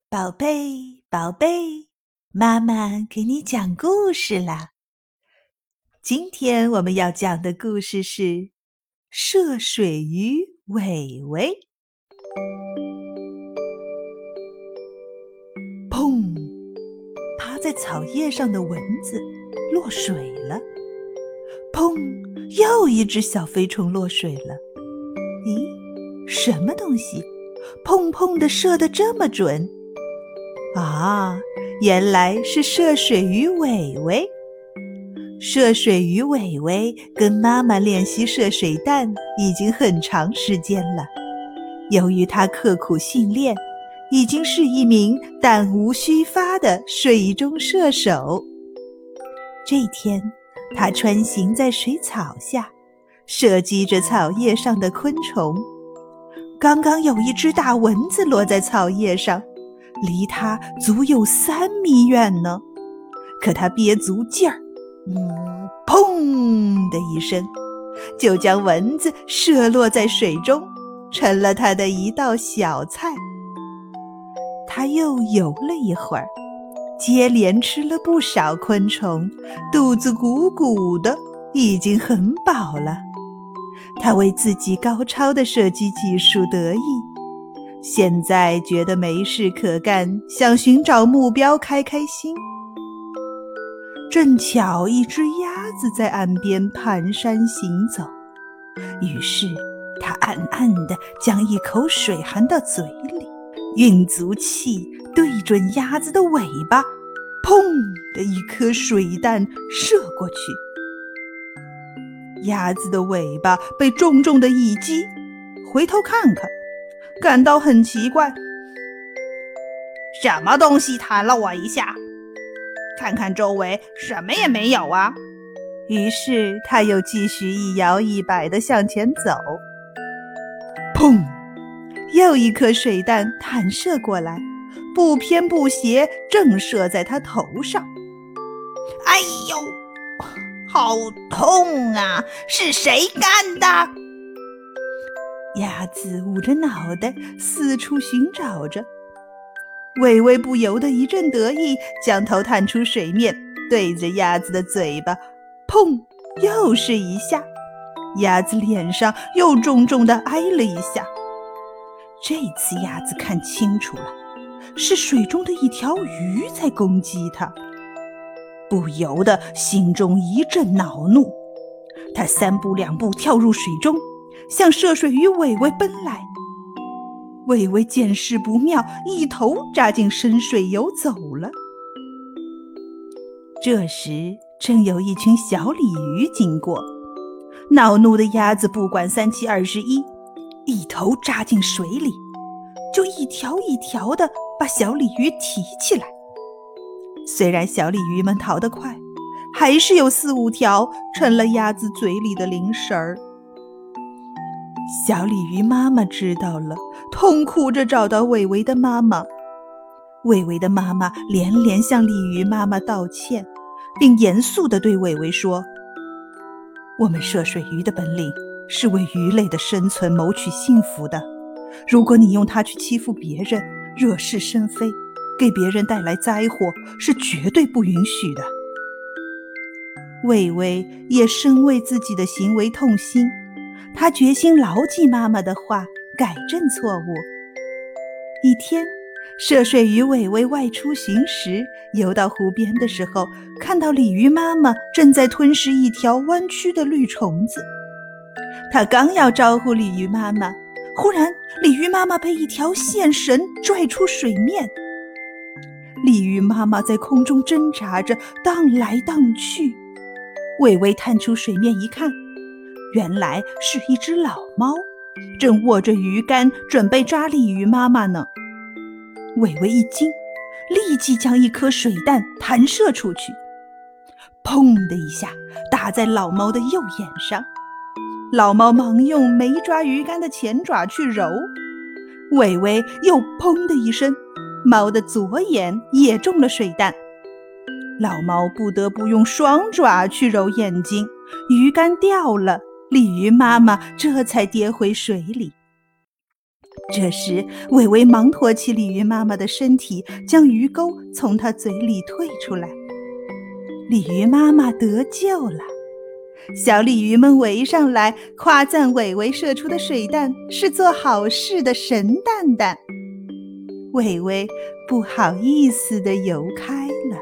宝贝，宝贝，妈妈给你讲故事啦。今天我们要讲的故事是涉水鱼伟伟。砰！趴在草叶上的蚊子落水了。砰！又一只小飞虫落水了。咦，什么东西？砰砰地射得这么准？啊，原来是涉水鱼伟伟。涉水鱼伟伟跟妈妈练习射水弹已经很长时间了。由于他刻苦训练，已经是一名弹无虚发的水中射手。这天，他穿行在水草下，射击着草叶上的昆虫。刚刚有一只大蚊子落在草叶上，离他足有3米远呢。可他憋足劲儿，砰的一声，就将蚊子射落在水中，成了他的一道小菜。他又游了一会儿，接连吃了不少昆虫，肚子鼓鼓的，已经很饱了。他为自己高超的射击技术得意，现在觉得没事可干，想寻找目标开开心。正巧一只鸭子在岸边蹒跚行走，于是他暗暗地将一口水含到嘴里，运足气对准鸭子的尾巴，砰的一颗水弹射过去。鸭子的尾巴被重重的一击，回头看看，感到很奇怪，什么东西弹了我一下？看看周围，什么也没有啊。于是他又继续一摇一摆地向前走。砰！又一颗水弹弹射过来，不偏不斜，正射在他头上。哎呦，好痛啊！是谁干的？鸭子捂着脑袋四处寻找着。伟伟不由得一阵得意，将头探出水面，对着鸭子的嘴巴，砰，又是一下。鸭子脸上又重重地挨了一下。这次鸭子看清楚了，是水中的一条鱼在攻击它，不由得心中一阵恼怒。他3步2步跳入水中，向涉水鱼伟伟奔来。伟伟见势不妙，一头扎进深水游走了。这时正有一群小鲤鱼经过，恼怒的鸭子不管3七21，一头扎进水里，就一条一条地把小鲤鱼提起来。虽然小鲤鱼们逃得快，还是有4、5条成了鸭子嘴里的零食儿。小鲤鱼妈妈知道了，痛哭着找到伟伟的妈妈。伟伟的妈妈连连向鲤鱼妈妈道歉，并严肃地对伟伟说：我们涉水鱼的本领是为鱼类的生存谋取幸福的，如果你用它去欺负别人，惹是生非，给别人带来灾祸，是绝对不允许的。伟伟也深为自己的行为痛心，他决心牢记妈妈的话，改正错误。一天，涉水鱼伟伟外出寻食，游到湖边的时候，看到鲤鱼妈妈正在吞噬一条弯曲的绿虫子。他刚要招呼鲤鱼妈妈，忽然鲤鱼妈妈被一条线绳拽出水面。鲤鱼妈妈在空中挣扎着，荡来荡去。伟伟探出水面一看，原来是一只老猫，正握着鱼竿准备抓鲤鱼妈妈呢。伟伟一惊，立即将一颗水弹弹射出去，砰的一下打在老猫的右眼上。老猫忙用没抓鱼竿的前爪去揉，伟伟又砰的一声，猫的左眼也中了水弹。老猫不得不用双爪去揉眼睛，鱼竿掉了，鲤鱼妈妈这才跌回水里。 这时，伟伟忙托起鲤鱼妈妈的身体，将鱼钩从她嘴里退出来。鲤鱼妈妈得救了，小鲤鱼们围上来，夸赞伟伟射出的水弹是做好事的神蛋蛋。伟伟不好意思地游开了。